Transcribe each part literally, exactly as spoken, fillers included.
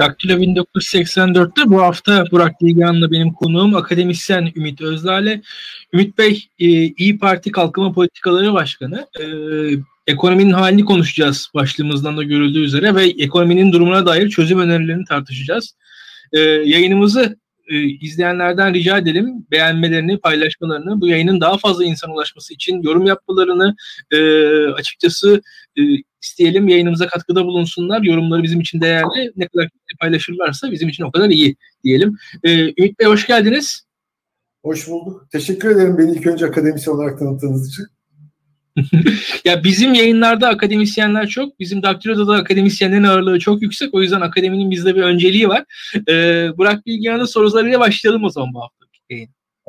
Daktilo bin dokuz yüz seksen dörtte bu hafta Burak Bilgehan'la benim konuğum akademisyen Ümit Özdağ'le. Ümit Bey, e, İYİ Parti Kalkınma Politikaları Başkanı. E, ekonominin halini konuşacağız başlığımızdan da görüldüğü üzere ve ekonominin durumuna dair çözüm önerilerini tartışacağız. E, yayınımızı e, izleyenlerden rica edelim beğenmelerini, paylaşmalarını, bu yayının daha fazla insana ulaşması için yorum yapmalarını, e, açıkçası e, isteyelim, yayınımıza katkıda bulunsunlar. Yorumları bizim için değerli. Ne kadar paylaşırlarsa bizim için o kadar iyi diyelim. Ee, Ümit Bey, hoş geldiniz. Hoş bulduk. Teşekkür ederim beni ilk önce akademisyen olarak tanıttığınız için. Ya bizim yayınlarda akademisyenler çok. Bizim Daktilo'da da akademisyenlerin ağırlığı çok yüksek. O yüzden akademinin bizde bir önceliği var. Ee, Burak Bilgehan'ın sorularıyla başlayalım o zaman bu hafta. Evet.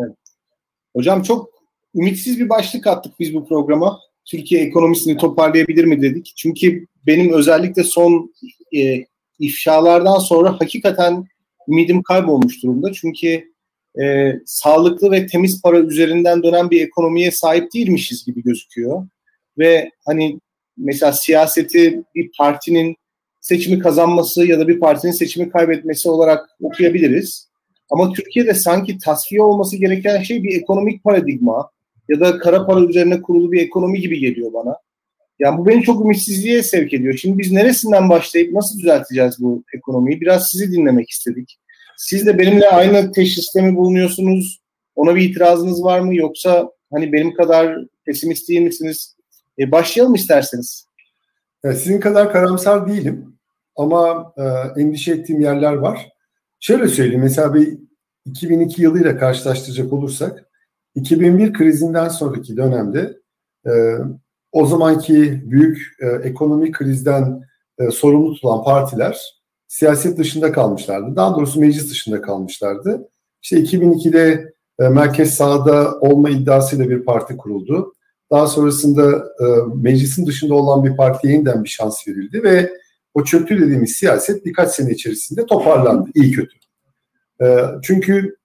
Hocam çok ümitsiz bir başlık attık biz bu programa. Türkiye ekonomisini toparlayabilir mi dedik. Çünkü benim özellikle son e, ifşalardan sonra hakikaten ümidim kaybolmuş durumda. Çünkü e, sağlıklı ve temiz para üzerinden dönen bir ekonomiye sahip değilmişiz gibi gözüküyor. Ve hani mesela siyaseti bir partinin seçimi kazanması ya da bir partinin seçimi kaybetmesi olarak okuyabiliriz. Ama Türkiye'de sanki tasfiye olması gereken şey bir ekonomik paradigma ya da kara para üzerine kurulu bir ekonomi gibi geliyor bana. Yani bu beni çok ümitsizliğe sevk ediyor. Şimdi biz neresinden başlayıp nasıl düzelteceğiz bu ekonomiyi? Biraz sizi dinlemek istedik. Siz de benimle aynı teşhiste mi bulunuyorsunuz? Ona bir itirazınız var mı? Yoksa hani benim kadar pesimist değil misiniz? E başlayalım isterseniz. Evet, sizin kadar karamsar değilim. Ama e, endişe ettiğim yerler var. Şöyle söyleyeyim. Mesela bir iki bin iki yılıyla karşılaştıracak olursak iki bin bir krizinden sonraki dönemde e, o zamanki büyük e, ekonomik krizden e, sorumlu tutulan partiler siyaset dışında kalmışlardı. Daha doğrusu meclis dışında kalmışlardı. İşte iki bin ikide e, merkez sağda olma iddiasıyla bir parti kuruldu. Daha sonrasında e, meclisin dışında olan bir partiye yeniden bir şans verildi ve o çöktü dediğimiz siyaset birkaç sene içerisinde toparlandı, iyi kötü. E, çünkü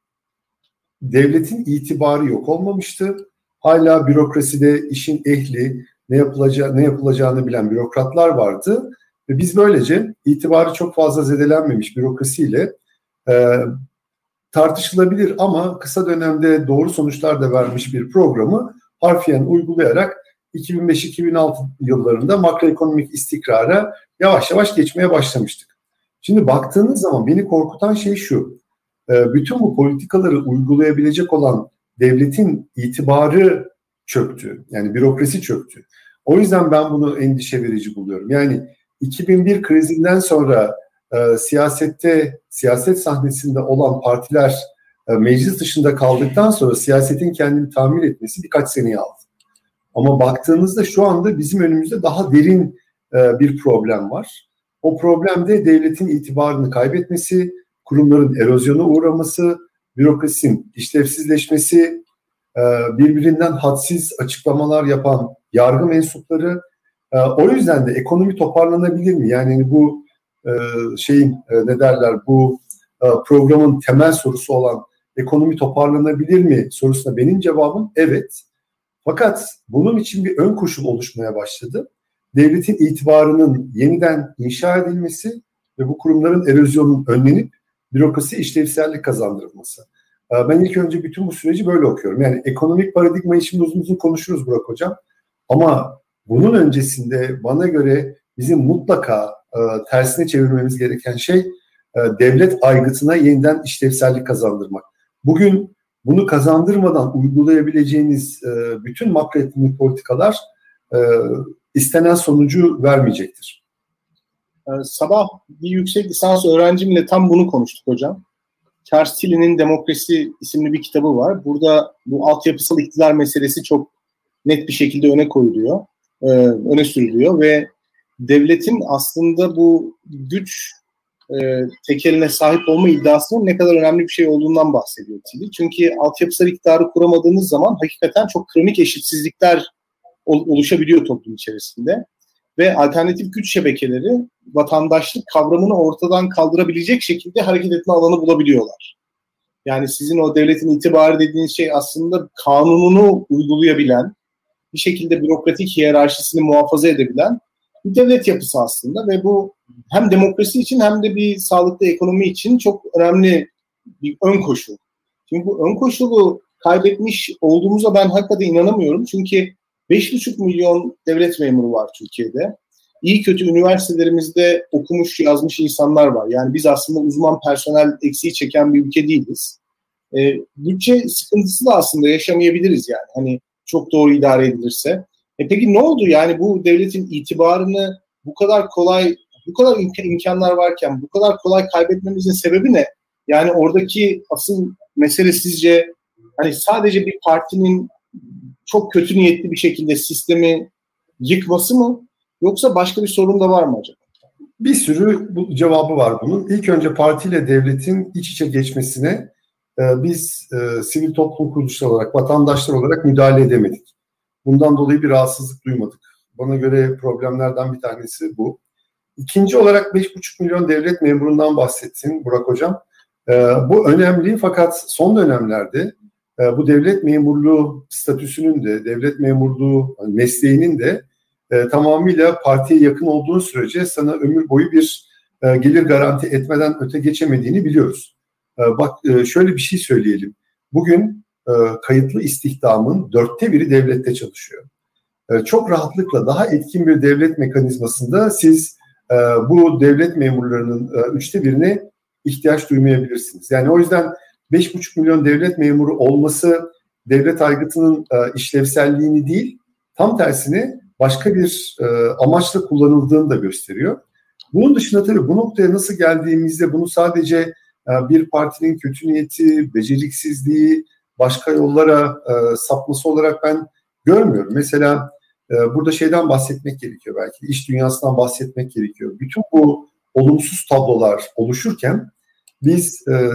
devletin itibarı yok olmamıştı. Hala bürokraside işin ehli, ne yapılacağı, ne yapılacağını bilen bürokratlar vardı. Ve biz böylece itibarı çok fazla zedelenmemiş bürokrasiyle e, tartışılabilir ama kısa dönemde doğru sonuçlar da vermiş bir programı harfiyen uygulayarak iki bin beş iki bin altı yıllarında makroekonomik istikrara yavaş yavaş geçmeye başlamıştık. Şimdi baktığınız zaman beni korkutan şey şu. Bütün bu politikaları uygulayabilecek olan devletin itibarı çöktü. Yani bürokrasi çöktü. O yüzden ben bunu endişe verici buluyorum. Yani iki bin bir krizinden sonra e, siyasette, siyaset sahnesinde olan partiler e, meclis dışında kaldıktan sonra siyasetin kendini tamir etmesi birkaç seneyi aldı. Ama baktığınızda şu anda bizim önümüzde daha derin e, bir problem var. O problem de devletin itibarını kaybetmesi, kurumların erozyona uğraması, bürokrasinin işlevsizleşmesi, birbirinden hadsiz açıklamalar yapan yargı mensupları. O yüzden de ekonomi toparlanabilir mi? Yani bu şeyin ne derler, bu programın temel sorusu olan ekonomi toparlanabilir mi sorusuna benim cevabım evet. Fakat bunun için bir ön koşul oluşmaya başladı. Devletin itibarının yeniden inşa edilmesi ve bu kurumların erozyonunun önlenip bürokrasi işlevsellik kazandırılması. Ben ilk önce bütün bu süreci böyle okuyorum. Yani ekonomik paradigmayı şimdi uzun uzun konuşuruz Burak Hocam. Ama bunun öncesinde bana göre bizim mutlaka e, tersine çevirmemiz gereken şey e, devlet aygıtına yeniden işlevsellik kazandırmak. Bugün bunu kazandırmadan uygulayabileceğiniz e, bütün makroekonomik politikalar e, istenen sonucu vermeyecektir. Sabah bir yüksek lisans öğrencimle tam bunu konuştuk hocam. Charles Tilly'nin Demokrasi isimli bir kitabı var. Burada bu altyapısal iktidar meselesi çok net bir şekilde öne koyuluyor, e, öne sürülüyor ve devletin aslında bu güç e, tekeline sahip olma iddiasının ne kadar önemli bir şey olduğundan bahsediyor Tilly. Çünkü altyapısal iktidarı kuramadığınız zaman hakikaten çok kronik eşitsizlikler oluşabiliyor toplum içerisinde. Ve alternatif güç şebekeleri vatandaşlık kavramını ortadan kaldırabilecek şekilde hareket etme alanı bulabiliyorlar. Yani sizin o devletin itibarı dediğiniz şey aslında kanununu uygulayabilen, bir şekilde bürokratik hiyerarşisini muhafaza edebilen bir devlet yapısı aslında ve bu hem demokrasi için hem de bir sağlıklı ekonomi için çok önemli bir ön koşul. Şimdi bu ön koşulu kaybetmiş olduğumuza ben hakikaten inanamıyorum. Çünkü beş buçuk milyon devlet memuru var Türkiye'de. İyi kötü üniversitelerimizde okumuş, yazmış insanlar var. Yani biz aslında uzman personel eksiği çeken bir ülke değiliz. E, bütçe sıkıntısı da aslında yaşamayabiliriz yani. Hani çok doğru idare edilirse. E peki ne oldu? Yani bu devletin itibarını bu kadar kolay, bu kadar imk- imkanlar varken bu kadar kolay kaybetmemizin sebebi ne? Yani oradaki asıl mesele sizce hani sadece bir partinin çok kötü niyetli bir şekilde sistemi yıkması mı? Yoksa başka bir sorun da var mı acaba? Bir sürü bu cevabı var bunun. İlk önce partiyle devletin iç içe geçmesine e, biz e, sivil toplum kuruluşları olarak, vatandaşlar olarak müdahale edemedik. Bundan dolayı bir rahatsızlık duymadık. Bana göre problemlerden bir tanesi bu. İkinci olarak beş buçuk milyon devlet memurundan bahsettin Burak Hocam. E, bu önemli fakat son dönemlerde e, bu devlet memurluğu statüsünün de, devlet memurluğu mesleğinin de e, tamamıyla partiye yakın olduğun sürece sana ömür boyu bir e, gelir garanti etmeden öte geçemediğini biliyoruz. E, bak e, şöyle bir şey söyleyelim. Bugün e, kayıtlı istihdamın dörtte biri devlette çalışıyor. E, çok rahatlıkla daha etkin bir devlet mekanizmasında siz e, bu devlet memurlarının e, üçte birine ihtiyaç duymayabilirsiniz. Yani o yüzden beş buçuk milyon devlet memuru olması devlet aygıtının e, işlevselliğini değil, tam tersine başka bir e, amaçla kullanıldığını da gösteriyor. Bunun dışında tabii bu noktaya nasıl geldiğimizde bunu sadece e, bir partinin kötü niyeti, beceriksizliği, başka yollara e, sapması olarak ben görmüyorum. Mesela e, burada şeyden bahsetmek gerekiyor belki, iş dünyasından bahsetmek gerekiyor. Bütün bu olumsuz tablolar oluşurken biz e,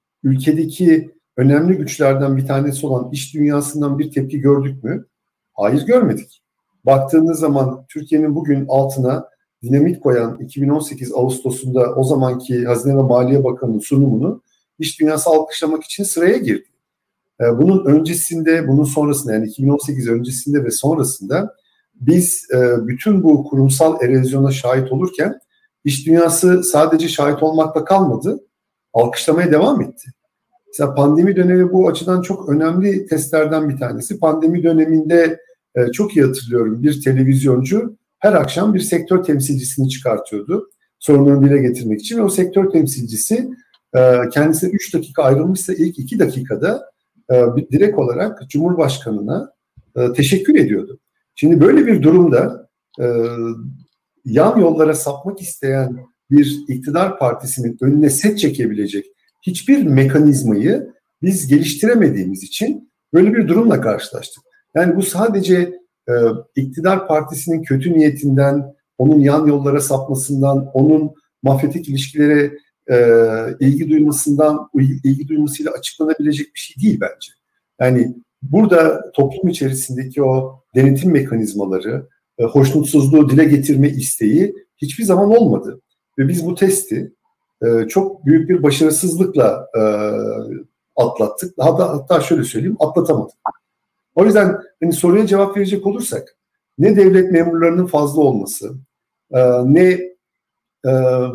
ülkedeki önemli güçlerden bir tanesi olan iş dünyasından bir tepki gördük mü? Hayır, görmedik. Baktığınız zaman Türkiye'nin bugün altına dinamit koyan iki bin on sekiz Ağustos'unda o zamanki Hazine ve Maliye Bakanı'nın sunumunu iş dünyası alkışlamak için sıraya girdi. Bunun öncesinde, bunun sonrasında yani iki bin on sekiz öncesinde ve sonrasında biz bütün bu kurumsal erozyona şahit olurken iş dünyası sadece şahit olmakla kalmadı, alkışlamaya devam etti. Mesela pandemi dönemi bu açıdan çok önemli testlerden bir tanesi. Pandemi döneminde e, çok iyi hatırlıyorum, bir televizyoncu her akşam bir sektör temsilcisini çıkartıyordu sorunlarını dile getirmek için. Ve o sektör temsilcisi e, kendisine üç dakika ayrılmışsa ilk iki dakikada e, direkt olarak Cumhurbaşkanı'na e, teşekkür ediyordu. Şimdi böyle bir durumda e, yan yollara sapmak isteyen bir iktidar partisinin önüne set çekebilecek hiçbir mekanizmayı biz geliştiremediğimiz için böyle bir durumla karşılaştık. Yani bu sadece e, iktidar partisinin kötü niyetinden, onun yan yollara sapmasından, onun mafyatik ilişkilere e, ilgi duymasından, ilgi duymasıyla açıklanabilecek bir şey değil bence. Yani burada toplum içerisindeki o denetim mekanizmaları, e, hoşnutsuzluğu dile getirme isteği hiçbir zaman olmadı. Ve biz bu testi e, çok büyük bir başarısızlıkla e, atlattık. Hatta, hatta şöyle söyleyeyim, atlatamadık. O yüzden hani soruya cevap verecek olursak, ne devlet memurlarının fazla olması, e, ne e,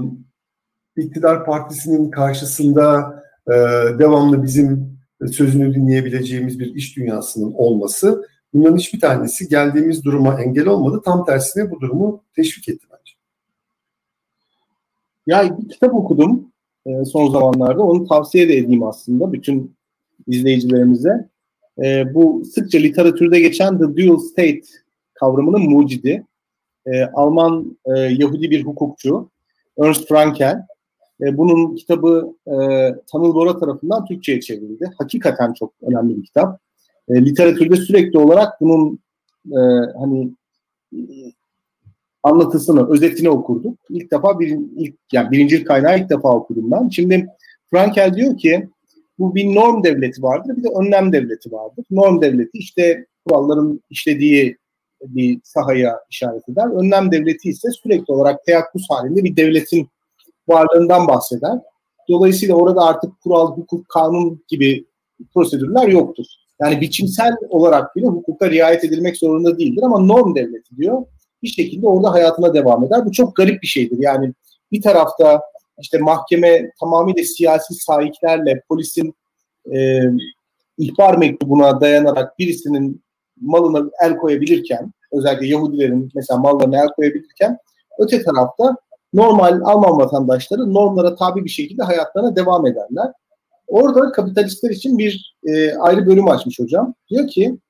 iktidar partisinin karşısında e, devamlı bizim sözünü dinleyebileceğimiz bir iş dünyasının olması, bunların hiçbir tanesi geldiğimiz duruma engel olmadı. Tam tersine bu durumu teşvik etti bence. Ya bir kitap okudum e, son zamanlarda. Onu tavsiye de edeyim aslında bütün izleyicilerimize. E, bu sıkça literatürde geçen The Dual State kavramının mucidi. E, Alman e, Yahudi bir hukukçu Ernst Frankel. E, bunun kitabı e, Tanıl Bora tarafından Türkçe'ye çevrildi. Hakikaten çok önemli bir kitap. E, literatürde sürekli olarak bunun e, hani e, anlatısını, özetini okurduk. İlk defa bir, ilk, yani birinci kaynağı ilk defa okudum ben. Şimdi Frankel diyor ki bu bir norm devleti vardır, bir de önlem devleti vardır. Norm devleti işte kuralların işlediği bir sahaya işaret eder. Önlem devleti ise sürekli olarak teyakkuz halinde bir devletin varlığından bahseder. Dolayısıyla orada artık kural, hukuk, kanun gibi prosedürler yoktur. Yani biçimsel olarak bile hukuka riayet edilmek zorunda değildir ama norm devleti diyor. bir şekilde orada hayatına devam eder. Bu çok garip bir şeydir. Yani bir tarafta işte mahkeme tamamıyla siyasi sahiplerle polisin e, ihbar mektubuna dayanarak birisinin malına el koyabilirken, özellikle Yahudilerin mesela mallarına el koyabilirken, öte tarafta normal Alman vatandaşları normlara tabi bir şekilde hayatlarına devam ederler. Orada kapitalistler için bir e, ayrı bölüm açmış hocam. Diyor ki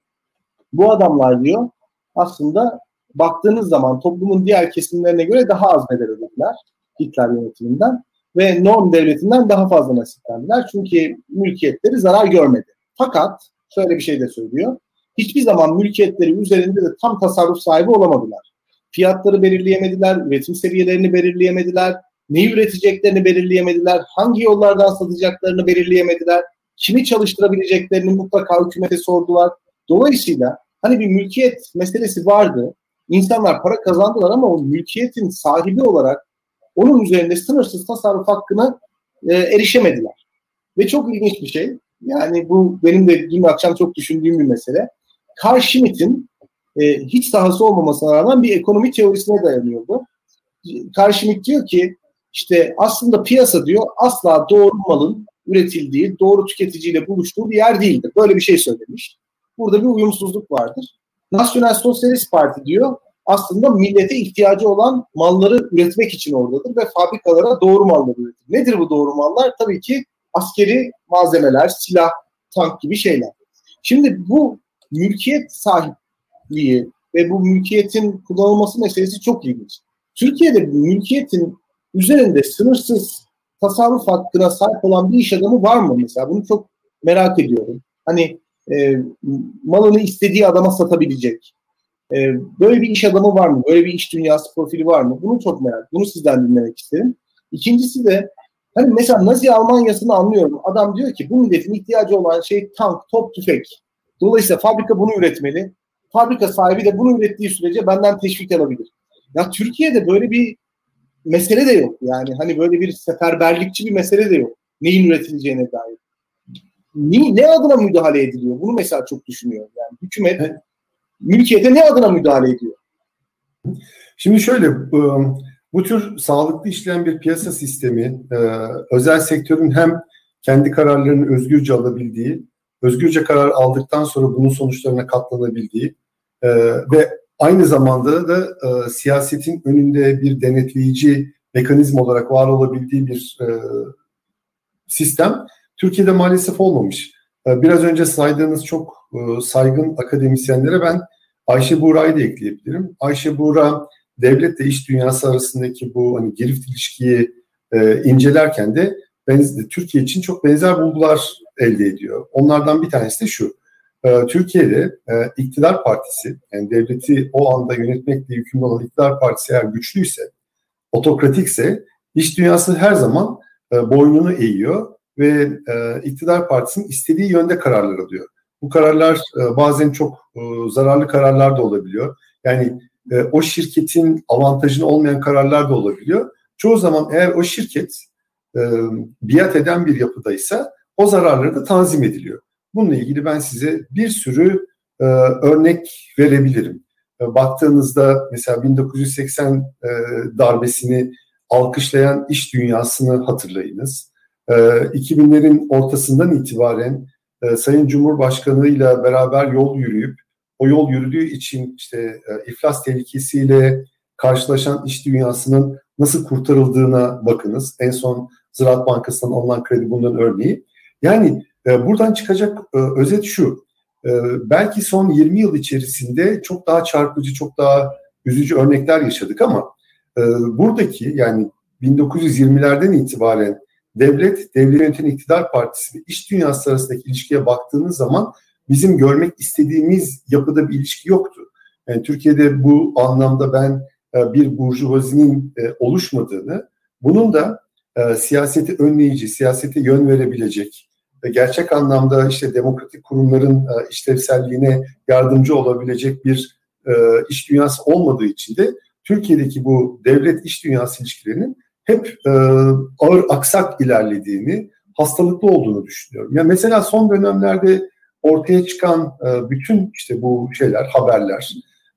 bu adamlar diyor aslında baktığınız zaman toplumun diğer kesimlerine göre daha az bedel ödediler Hitler yönetiminden ve norm devletinden daha fazla nasiplendiler. Çünkü mülkiyetleri zarar görmedi. Fakat şöyle bir şey de söylüyor. Hiçbir zaman mülkiyetleri üzerinde de tam tasarruf sahibi olamadılar. Fiyatları belirleyemediler, üretim seviyelerini belirleyemediler, neyi üreteceklerini belirleyemediler, hangi yollardan satacaklarını belirleyemediler, kimi çalıştırabileceklerini mutlaka hükümete sordular. Dolayısıyla hani bir mülkiyet meselesi vardı. İnsanlar para kazandılar ama o mülkiyetin sahibi olarak onun üzerinde sınırsız tasarruf hakkına e, erişemediler. Ve çok ilginç bir şey. Yani bu benim de dün akşam çok düşündüğüm bir mesele. Carl Schmitt'in e, hiç sahası olmamasına rağmen bir ekonomi teorisine dayanıyordu. Carl Schmitt diyor ki işte aslında piyasa diyor asla doğru malın üretildiği, doğru tüketiciyle buluştuğu bir yer değildir. Böyle bir şey söylemiş. Burada bir uyumsuzluk vardır. Nasyonel Sosyalist Parti diyor aslında millete ihtiyacı olan malları üretmek için oradadır ve fabrikalara doğru malları üretir. Nedir bu doğru mallar? Tabii ki askeri malzemeler, silah, tank gibi şeyler. Şimdi bu mülkiyet sahipliği ve bu mülkiyetin kullanılması meselesi çok ilginç. Türkiye'de mülkiyetin üzerinde sınırsız tasarruf hakkına sahip olan bir iş adamı var mı mesela? Bunu çok merak ediyorum. Hani e, malını istediği adama satabilecek. E, böyle bir iş adamı var mı? Böyle bir iş dünyası profili var mı? Bunu çok merak. Bunu sizden dinlemek isterim. İkincisi de hani mesela Nazi Almanya'sını anlıyorum. Adam diyor ki bu milletin ihtiyacı olan şey tank, top, tüfek. Dolayısıyla fabrika bunu üretmeli. Fabrika sahibi de bunu ürettiği sürece benden teşvik alabilir. Ya Türkiye'de böyle bir mesele de yok. Yani hani böyle bir seferberlikçi bir mesele de yok. Neyin üretileceğine dair. Ne, ne adına müdahale ediliyor? Bunu mesela çok düşünüyorum. Yani hükümet mülkiyete ne adına müdahale ediyor? Şimdi şöyle, bu, bu tür sağlıklı işleyen bir piyasa sistemi, özel sektörün hem kendi kararlarını özgürce alabildiği, özgürce karar aldıktan sonra bunun sonuçlarına katlanabildiği ve aynı zamanda da siyasetin önünde bir denetleyici mekanizma olarak var olabildiği bir sistem Türkiye'de maalesef olmamış. Biraz önce saydığınız çok saygın akademisyenlere ben Ayşe Buğra'yı da ekleyebilirim. Ayşe Buğra devletle iş dünyası arasındaki bu hani girift ilişkiyi e, incelerken de benzer, Türkiye için çok benzer bulgular elde ediyor. Onlardan bir tanesi de şu. E, Türkiye'de e, iktidar partisi, yani devleti o anda yönetmekle yükümlü olan iktidar partisi eğer güçlüyse, otokratikse iş dünyası her zaman e, boynunu eğiyor ve e, iktidar partisinin istediği yönde kararlar alıyor. Bu kararlar e, bazen çok e, zararlı kararlar da olabiliyor. Yani e, o şirketin avantajını olmayan kararlar da olabiliyor. Çoğu zaman eğer o şirket e, biat eden bir yapıdaysa o zararları da tanzim ediliyor. Bununla ilgili ben size bir sürü e, örnek verebilirim. E, baktığınızda mesela bin dokuz yüz seksen e, darbesini alkışlayan iş dünyasını hatırlayınız. E, iki binlerin ortasından itibaren e, Sayın Cumhurbaşkanı ile beraber yol yürüyüp o yol yürüdüğü için işte e, iflas tehlikesiyle karşılaşan iş dünyasının nasıl kurtarıldığına bakınız. En son Ziraat Bankası'ndan alınan kredi bunların örneği. Yani e, buradan çıkacak e, özet şu. E, belki son yirmi yıl içerisinde çok daha çarpıcı, çok daha üzücü örnekler yaşadık ama e, buradaki yani bin dokuz yüz yirmilerden itibaren devlet, devlet yöneten iktidar partisi ve iş dünyası arasındaki ilişkiye baktığınız zaman bizim görmek istediğimiz yapıda bir ilişki yoktu. Yani Türkiye'de bu anlamda ben e, bir burjuvazinin e, oluşmadığını, bunun da e, siyaseti önleyici, siyasete yön verebilecek ve gerçek anlamda işte demokratik kurumların e, işlevselliğine yardımcı olabilecek bir e, iş dünyası olmadığı için de Türkiye'deki bu devlet iş dünyası ilişkilerinin hep e, ağır aksak ilerlediğini, hastalıklı olduğunu düşünüyorum. Yani mesela son dönemlerde ortaya çıkan e, bütün işte bu şeyler, haberler,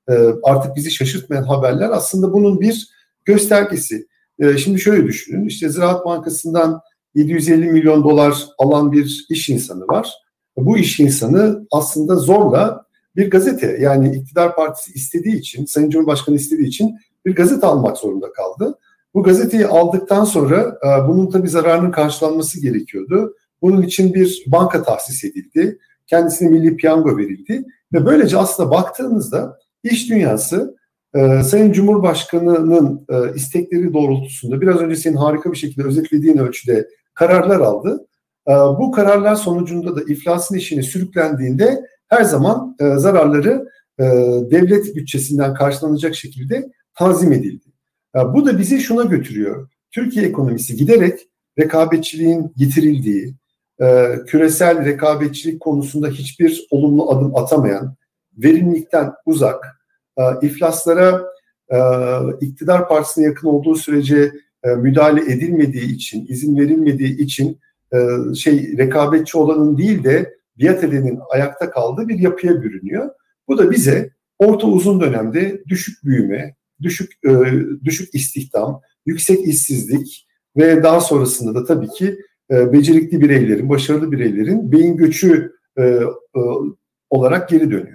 e, artık bizi şaşırtmayan haberler aslında bunun bir göstergesi. E, şimdi şöyle düşünün, işte Ziraat Bankası'ndan yedi yüz elli milyon dolar alan bir iş insanı var. Bu iş insanı aslında zorla bir gazete, yani iktidar partisi istediği için, Sayın Cumhurbaşkanı istediği için bir gazete almak zorunda kaldı. Bu gazeteyi aldıktan sonra e, bunun tabii zararının karşılanması gerekiyordu. Bunun için bir banka tahsis edildi. Kendisine milli piyango verildi. Ve böylece aslında baktığınızda iş dünyası e, Sayın Cumhurbaşkanı'nın e, istekleri doğrultusunda biraz önce senin harika bir şekilde özetlediğin ölçüde kararlar aldı. E, bu kararlar sonucunda da iflasın işine sürüklendiğinde her zaman e, zararları e, devlet bütçesinden karşılanacak şekilde tanzim edildi. E, bu da bizi şuna götürüyor. Türkiye ekonomisi giderek rekabetçiliğin yitirildiği, e, küresel rekabetçilik konusunda hiçbir olumlu adım atamayan, verimlilikten uzak, e, iflaslara e, iktidar partisine yakın olduğu sürece e, müdahale edilmediği için, izin verilmediği için e, şey rekabetçi olanın değil de biat edenin ayakta kaldığı bir yapıya bürünüyor. Bu da bize orta uzun dönemde düşük büyüme, düşük e, düşük istihdam, yüksek işsizlik ve daha sonrasında da tabii ki e, becerikli bireylerin, başarılı bireylerin beyin göçü e, e, olarak geri dönüyor.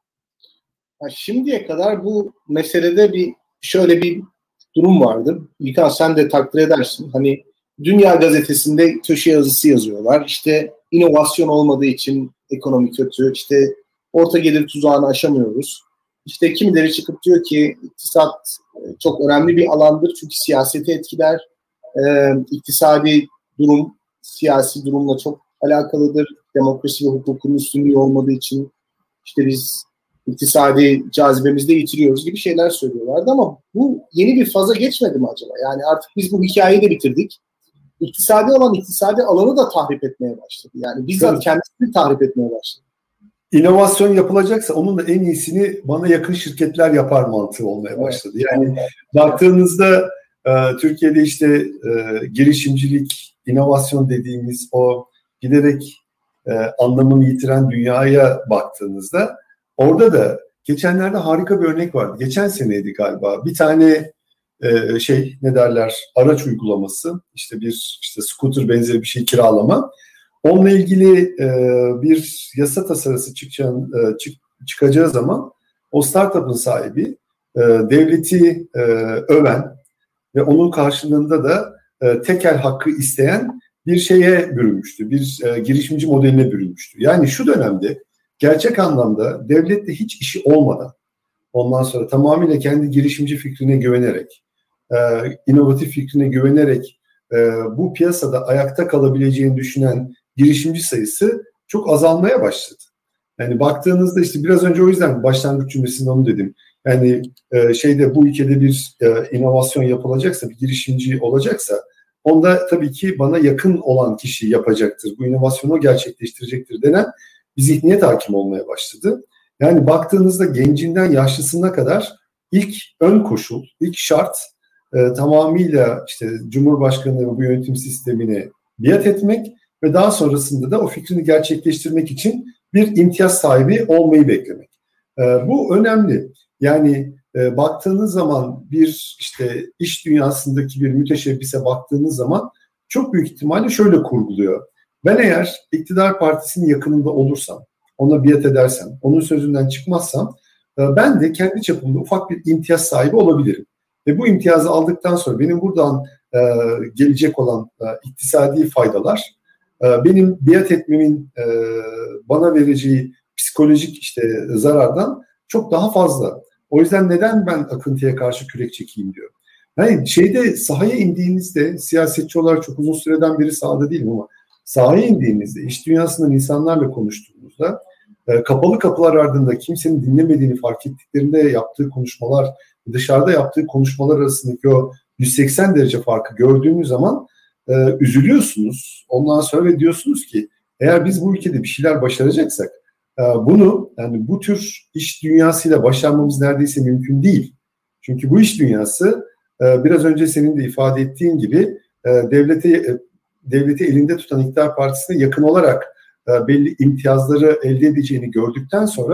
Şimdiye kadar bu meselede bir şöyle bir durum vardı. İlkan sen de takdir edersin. Hani Dünya Gazetesi'nde köşe yazısı yazıyorlar. İşte inovasyon olmadığı için ekonomi kötü. İşte orta gelir tuzağını aşamıyoruz. İşte kimileri çıkıp diyor ki iktisat çok önemli bir alandır. Çünkü siyaseti etkiler. Ee, iktisadi durum siyasi durumla çok alakalıdır. Demokrasi ve hukukun üstünlüğü olmadığı için işte biz iktisadi cazibemizde yitiriyoruz gibi şeyler söylüyorlardı ama bu yeni bir faza geçmedi mi acaba? Yani artık biz bu hikayeyi de bitirdik. İktisadi olan iktisadi alanı da tahrip etmeye başladı. Yani bizzat evet. Kendisini tahrip etmeye başladı. İnovasyon yapılacaksa onun da en iyisini bana yakın şirketler yapar mantığı olmaya başladı. Yani evet. Baktığınızda e, Türkiye'de işte e, girişimcilik, inovasyon dediğimiz o giderek e, anlamını yitiren dünyaya baktığınızda orada da geçenlerde harika bir örnek vardı. Geçen seneydi galiba. Bir tane e, şey ne derler araç uygulaması işte bir işte scooter benzeri bir şey kiralama. Onunla ilgili e, bir yasa tasarısı çıkacağı, e, çık, çıkacağı zaman o startup'ın sahibi e, devleti e, öven ve onun karşılığında da e, tekel hakkı isteyen bir şeye bürünmüştü. Bir e, girişimci modeline bürünmüştü. Yani şu dönemde gerçek anlamda devlette hiç işi olmadan ondan sonra tamamıyla kendi girişimci fikrine güvenerek, e, inovatif fikrine güvenerek e, bu piyasada ayakta kalabileceğini düşünen girişimci sayısı çok azalmaya başladı. Yani baktığınızda işte biraz önce o yüzden başlangıç cümlesinde onu dedim. Yani e, şeyde bu ülkede bir e, inovasyon yapılacaksa, bir girişimci olacaksa onda tabii ki bana yakın olan kişi yapacaktır. Bu inovasyonu gerçekleştirecektir denen bir zihniyet hakim olmaya başladı. Yani baktığınızda gencinden yaşlısına kadar ilk ön koşul, ilk şart e, tamamıyla işte Cumhurbaşkanı ve bu yönetim sistemine biat etmek ve daha sonrasında da o fikrini gerçekleştirmek için bir imtiyaz sahibi olmayı beklemek. E, bu önemli. Yani e, baktığınız zaman bir işte iş dünyasındaki bir müteşebbise baktığınız zaman çok büyük ihtimalle şöyle kurguluyor. Ben eğer iktidar partisinin yakınında olursam, ona biat edersem, onun sözünden çıkmazsam e, ben de kendi çapımda ufak bir imtiyaz sahibi olabilirim. Ve bu imtiyazı aldıktan sonra benim buradan e, gelecek olan e, iktisadi faydalar e, benim biat etmemin e, bana vereceği psikolojik işte zarardan çok daha fazla. O yüzden neden ben akıntıya karşı kürek çekeyim diyor. Yani şeyde sahaya indiğinizde siyasetçi olarak çok uzun süreden beri sahada değilim ama sahaya indiğinizde iş dünyasından insanlarla konuştuğunuzda e, kapalı kapılar ardında kimsenin dinlemediğini fark ettiklerinde yaptığı konuşmalar dışarıda yaptığı konuşmalar arasındaki o yüz seksen derece farkı gördüğünüz zaman e, üzülüyorsunuz. Ondan sonra ve diyorsunuz ki eğer biz bu ülkede bir şeyler başaracaksak e, bunu yani bu tür iş dünyasıyla başarmamız neredeyse mümkün değil. Çünkü bu iş dünyası e, biraz önce senin de ifade ettiğin gibi e, devlete e, devleti elinde tutan iktidar partisine yakın olarak e, belli imtiyazları elde edeceğini gördükten sonra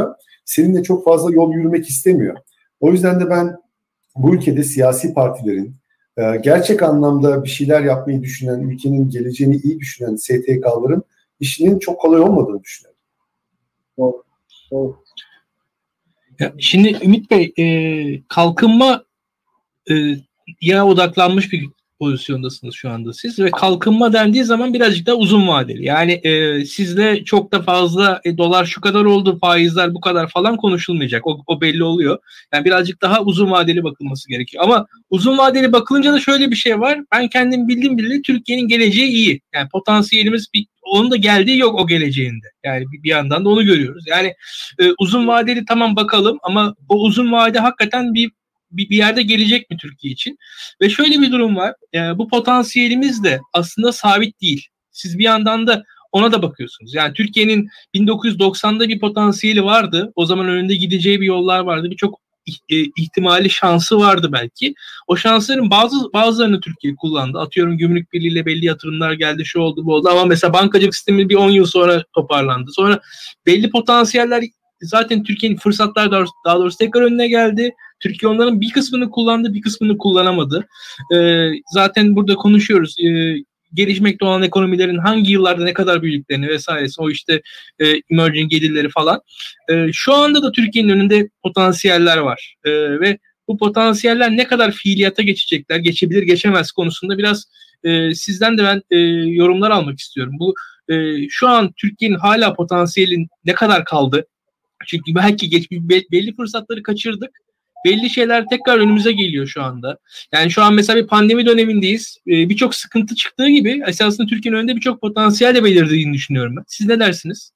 seninle çok fazla yol yürümek istemiyor. O yüzden de ben bu ülkede siyasi partilerin, gerçek anlamda bir şeyler yapmayı düşünen, ülkenin geleceğini iyi düşünen S T K'ların işinin çok kolay olmadığını düşünüyorum. Doğru. Doğru. Ya şimdi Ümit Bey, e, kalkınma e, ya odaklanmış bir pozisyondasınız şu anda siz ve kalkınma dendiği zaman birazcık daha uzun vadeli. Yani e, sizle çok da fazla e, dolar şu kadar oldu, faizler bu kadar falan konuşulmayacak. O, o belli oluyor. Yani birazcık daha uzun vadeli bakılması gerekiyor. Ama uzun vadeli bakılınca da şöyle bir şey var. Ben kendim bildiğim bileli Türkiye'nin geleceği iyi. Yani potansiyelimiz bir, onun da geldiği yok o geleceğinde. Yani bir, bir yandan da onu görüyoruz. Yani e, uzun vadeli tamam bakalım ama o uzun vade hakikaten bir bir yerde gelecek mi Türkiye için? Ve şöyle bir durum var. Yani bu potansiyelimiz de aslında sabit değil. Siz bir yandan da ona da bakıyorsunuz. Yani Türkiye'nin bin dokuz yüz doksanda bir potansiyeli vardı. O zaman önünde gideceği bir yollar vardı. Birçok ihtimali, şansı vardı belki. O şansların bazı bazılarını Türkiye kullandı. Atıyorum Gümrük Birliği ile belli yatırımlar geldi, şu oldu, bu oldu. Ama mesela bankacılık sistemi bir on yıl sonra toparlandı. Sonra belli potansiyeller zaten Türkiye'nin fırsatlar daha doğrusu tekrar önüne geldi. Türkiye onların bir kısmını kullandı, bir kısmını kullanamadı. Ee, zaten burada konuşuyoruz. Ee, gelişmekte olan ekonomilerin hangi yıllarda ne kadar büyüdüklerini vesairesi, o işte e, emerging gelirleri falan. E, şu anda da Türkiye'nin önünde potansiyeller var. E, ve bu potansiyeller ne kadar fiiliyata geçecekler, geçebilir geçemez konusunda biraz e, sizden de ben e, yorumlar almak istiyorum. Bu e, şu an Türkiye'nin hala potansiyelin ne kadar kaldı? Çünkü belki geç, belli fırsatları kaçırdık. Belli şeyler tekrar önümüze geliyor şu anda. Yani şu an mesela bir pandemi dönemindeyiz. Ee, birçok sıkıntı çıktığı gibi esasında Türkiye'nin önünde birçok potansiyel de belirdiğini düşünüyorum ben. Siz ne dersiniz?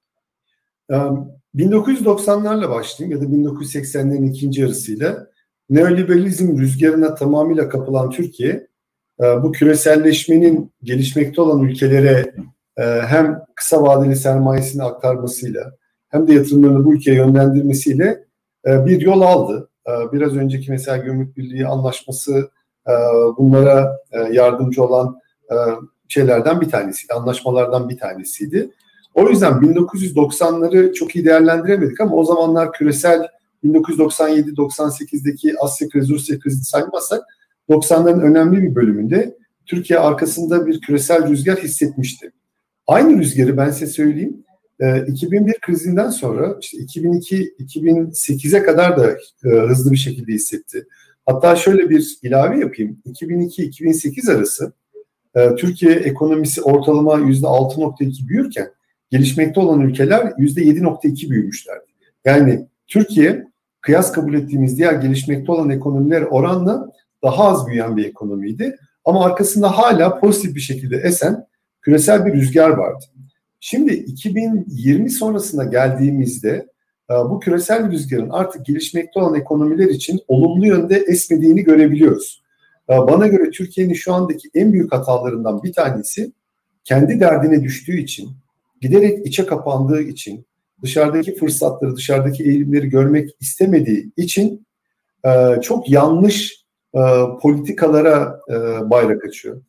bin dokuz yüz doksanlarla başlayayım ya da bin dokuz yüz seksenlerin ikinci yarısıyla neoliberalizm rüzgarına tamamıyla kapılan Türkiye, bu küreselleşmenin gelişmekte olan ülkelere hem kısa vadeli sermayesini aktarmasıyla hem de yatırımlarını bu ülkeye yönlendirmesiyle bir yol aldı. Biraz önceki mesela Gümrük Birliği anlaşması bunlara yardımcı olan şeylerden bir tanesiydi, anlaşmalardan bir tanesiydi. O yüzden bin dokuz yüz doksanları çok iyi değerlendiremedik ama o zamanlar küresel bin dokuz yüz doksan yedi doksan sekizdeki Asya krizi, Rusya krizi saymazsak doksanların önemli bir bölümünde Türkiye arkasında bir küresel rüzgar hissetmişti. Aynı rüzgarı ben size söyleyeyim. iki bin bir krizinden sonra işte iki bin iki iki bin sekize kadar da hızlı bir şekilde hissetti. Hatta şöyle bir ilave yapayım. iki bin iki iki bin sekiz arası Türkiye ekonomisi ortalama yüzde altı nokta iki büyürken gelişmekte olan ülkeler yüzde yedi nokta iki büyümüşlerdi. Yani Türkiye kıyas kabul ettiğimiz diğer gelişmekte olan ekonomiler oranla daha az büyüyen bir ekonomiydi. Ama arkasında hala pozitif bir şekilde esen küresel bir rüzgar vardı. Şimdi iki bin yirmi sonrasına geldiğimizde bu küresel rüzgarın artık gelişmekte olan ekonomiler için olumlu yönde esmediğini görebiliyoruz. Bana göre Türkiye'nin şu andaki en büyük hatalarından bir tanesi kendi derdine düştüğü için, giderek içe kapandığı için, dışarıdaki fırsatları, dışarıdaki eğilimleri görmek istemediği için çok yanlış politikalara bayrak açıyor.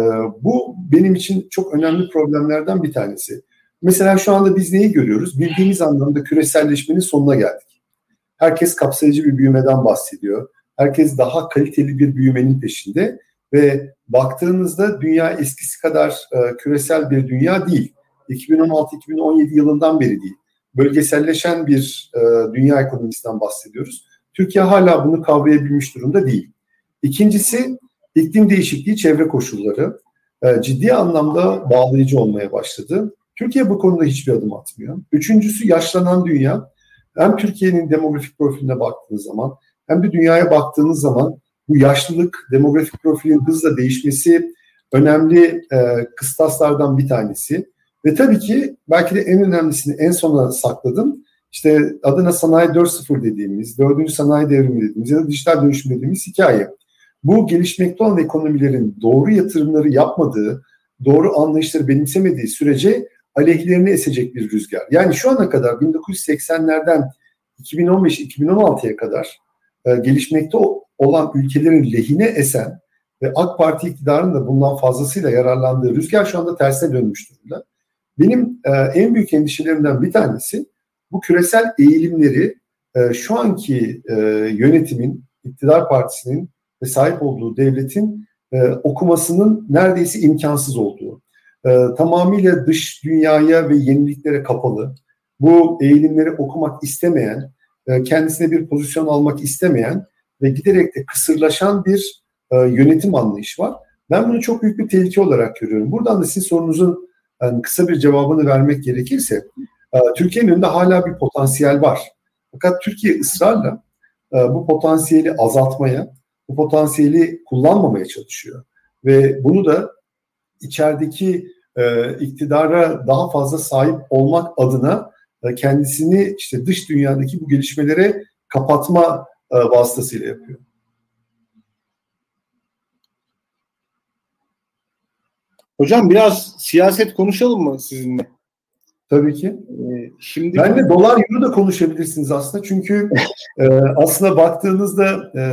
Bu benim için çok önemli problemlerden bir tanesi. Mesela şu anda biz neyi görüyoruz? Bildiğimiz anlamda küreselleşmenin sonuna geldik. Herkes kapsayıcı bir büyümeden bahsediyor. Herkes daha kaliteli bir büyümenin peşinde ve baktığınızda dünya eskisi kadar e, küresel bir dünya değil. iki bin on altı iki bin on yedi yılından beri değil. Bölgeselleşen bir e, dünya ekonomisinden bahsediyoruz. Türkiye hala bunu kavrayabilmiş durumda değil. İkincisi, iklim değişikliği, çevre koşulları e, ciddi anlamda bağlayıcı olmaya başladı. Türkiye bu konuda hiçbir adım atmıyor. Üçüncüsü, yaşlanan dünya. Hem Türkiye'nin demografik profiline baktığınız zaman hem de dünyaya baktığınız zaman bu yaşlılık, demografik profilin hızla değişmesi önemli e, kıstaslardan bir tanesi. Ve tabii ki belki de en önemlisini en sona sakladım. İşte adına sanayi dört nokta sıfır dediğimiz, dördüncü sanayi devrimi dediğimiz ya da dijital dönüşüm dediğimiz hikaye. Bu gelişmekte olan ekonomilerin doğru yatırımları yapmadığı, doğru anlayışları benimsemediği sürece aleyhlerini esecek bir rüzgar. Yani şu ana kadar bin dokuz yüz seksenlerden iki bin on beş iki bin on altıya kadar e, gelişmekte olan ülkelerin lehine esen ve AK Parti iktidarının da bundan fazlasıyla yararlandığı rüzgar şu anda tersine dönmüş durumda. Benim e, en büyük endişelerimden bir tanesi bu küresel eğilimleri e, şu anki e, yönetimin, iktidar partisinin ve sahip olduğu devletin e, okumasının neredeyse imkansız olduğu, e, tamamıyla dış dünyaya ve yeniliklere kapalı, bu eğilimleri okumak istemeyen, e, kendisine bir pozisyon almak istemeyen ve giderek de kısırlaşan bir e, yönetim anlayışı var. Ben bunu çok büyük bir tehlike olarak görüyorum. Buradan da sizin sorunuzun yani kısa bir cevabını vermek gerekirse, e, Türkiye'nin önünde hala bir potansiyel var. Fakat Türkiye ısrarla e, bu potansiyeli azaltmaya, bu potansiyeli kullanmamaya çalışıyor. Ve bunu da içerideki e, iktidara daha fazla sahip olmak adına e, kendisini işte dış dünyadaki bu gelişmelere kapatma e, vasıtasıyla yapıyor. Hocam biraz siyaset konuşalım mı sizinle? Tabii ki. Ee, şimdi ben de dolar euro da konuşabilirsiniz aslında. Çünkü e, aslında baktığınızda e,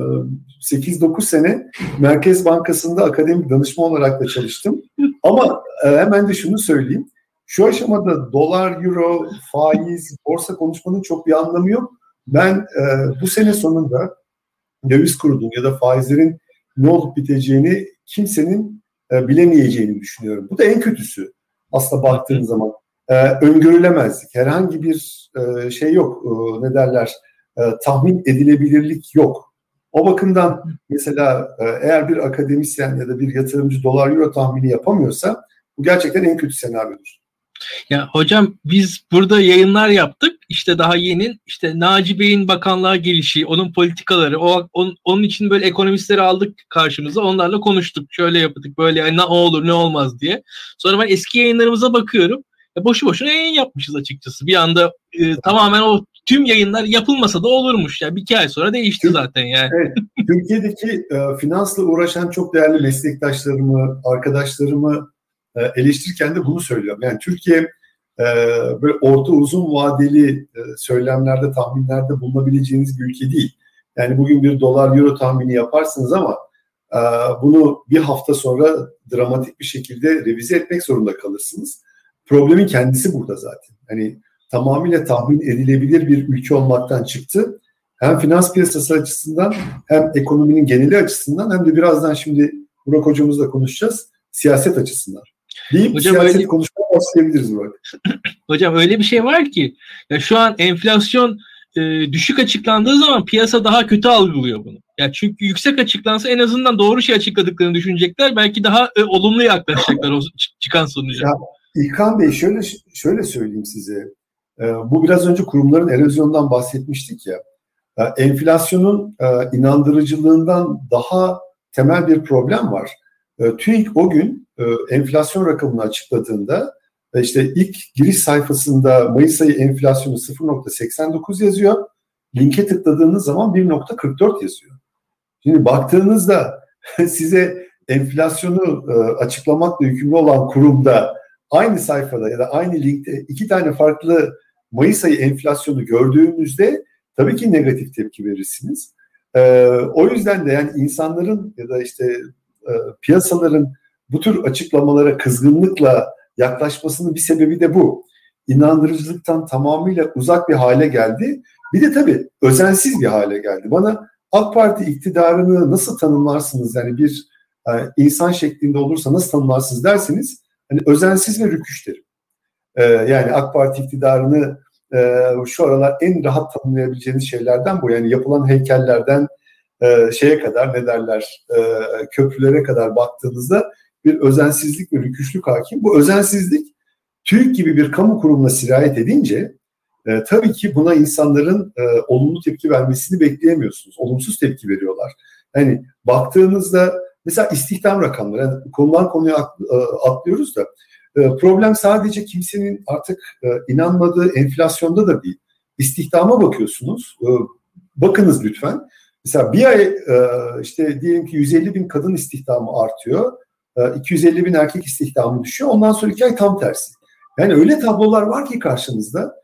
sekiz dokuz sene Merkez Bankası'nda akademik danışman olarak da çalıştım. Ama e, hemen de şunu söyleyeyim. Şu aşamada dolar, euro, faiz, borsa konuşmanın çok bir anlamı yok. Ben e, bu sene sonunda döviz kurunun ya da faizlerin ne olup biteceğini kimsenin e, bilemeyeceğini düşünüyorum. Bu da en kötüsü aslında baktığınız zaman. E, öngörülemezlik, herhangi bir e, şey yok, e, ne derler, e, tahmin edilebilirlik yok. O bakımdan mesela e, eğer bir akademisyen ya da bir yatırımcı dolar euro tahmini yapamıyorsa bu gerçekten en kötü senaryodur. Ya hocam biz burada yayınlar yaptık. İşte daha yeni işte Naci Bey'in bakanlığa gelişi, onun politikaları, o onun, onun için böyle ekonomistleri aldık karşımıza. Onlarla konuştuk. Şöyle yaptık, böyle yani ne olur ne olmaz diye. Sonra ben eski yayınlarımıza bakıyorum. Ya boşu boşuna yayın yapmışız açıkçası. Bir anda e, tamamen o tüm yayınlar yapılmasa da olurmuş. Yani bir iki ay sonra değişti zaten yani. Evet, Türkiye'deki e, finansla uğraşan çok değerli meslektaşlarımı, arkadaşlarımı e, eleştirirken de bunu söylüyorum. Yani Türkiye e, böyle orta uzun vadeli e, söylemlerde, tahminlerde bulunabileceğiniz bir ülke değil. Yani bugün bir dolar euro tahmini yaparsınız ama e, bunu bir hafta sonra dramatik bir şekilde revize etmek zorunda kalırsınız. Problemin kendisi burada zaten. Hani tamamıyla tahmin edilebilir bir ülke olmaktan çıktı. Hem finans piyasası açısından hem ekonominin geneli açısından hem de birazdan şimdi Burak hocamızla konuşacağız siyaset açısından. Deyip hocam siyaset öyle... konuşmaya başlayabiliriz Burak. Hocam öyle bir şey var ki ya şu an enflasyon e, düşük açıklandığı zaman piyasa daha kötü algılıyor bunu. Yani çünkü yüksek açıklansa en azından doğru şey açıkladıklarını düşünecekler. Belki daha e, olumlu yaklaşacaklar o çıkan sonuca. Ya, İlkan Bey şöyle şöyle söyleyeyim size. E, bu biraz önce kurumların erozyonundan bahsetmiştik ya. E, enflasyonun e, inandırıcılığından daha temel bir problem var. E, TÜİK o gün e, enflasyon rakamını açıkladığında e, işte ilk giriş sayfasında Mayıs ayı enflasyonu sıfır nokta seksen dokuz yazıyor. Linke tıkladığınız zaman bir nokta kırk dört yazıyor. Şimdi baktığınızda size enflasyonu e, açıklamakla yükümlü olan kurumda aynı sayfada ya da aynı linkte iki tane farklı Mayıs ayı enflasyonu gördüğünüzde tabii ki negatif tepki verirsiniz. Ee, o yüzden de yani insanların ya da işte e, piyasaların bu tür açıklamalara kızgınlıkla yaklaşmasının bir sebebi de bu. İnandırıcılıktan tamamıyla uzak bir hale geldi. Bir de tabii özensiz bir hale geldi. Bana AK Parti iktidarını nasıl tanımlarsınız? Yani bir e, insan şeklinde olursa nasıl tanımlarsınız derseniz hani özensiz ve rüküş derim. Ee, yani AK Parti iktidarını e, şu aralar en rahat tanımlayabileceğiniz şeylerden bu. Yani yapılan heykellerden e, şeye kadar ne derler e, köprülere kadar baktığınızda bir özensizlik ve rüküşlük hakim. Bu özensizlik TÜİK gibi bir kamu kurumuna sirayet edince e, tabii ki buna insanların e, olumlu tepki vermesini bekleyemiyorsunuz. Olumsuz tepki veriyorlar. Yani baktığınızda mesela istihdam rakamları, yani konudan konuya atlıyoruz da problem sadece kimsenin artık inanmadığı enflasyonda da değil. İstihdama bakıyorsunuz. Bakınız lütfen. Mesela bir ay işte diyelim ki yüz elli bin kadın istihdamı artıyor. iki yüz elli bin erkek istihdamı düşüyor. Ondan sonra iki ay tam tersi. Yani öyle tablolar var ki karşınızda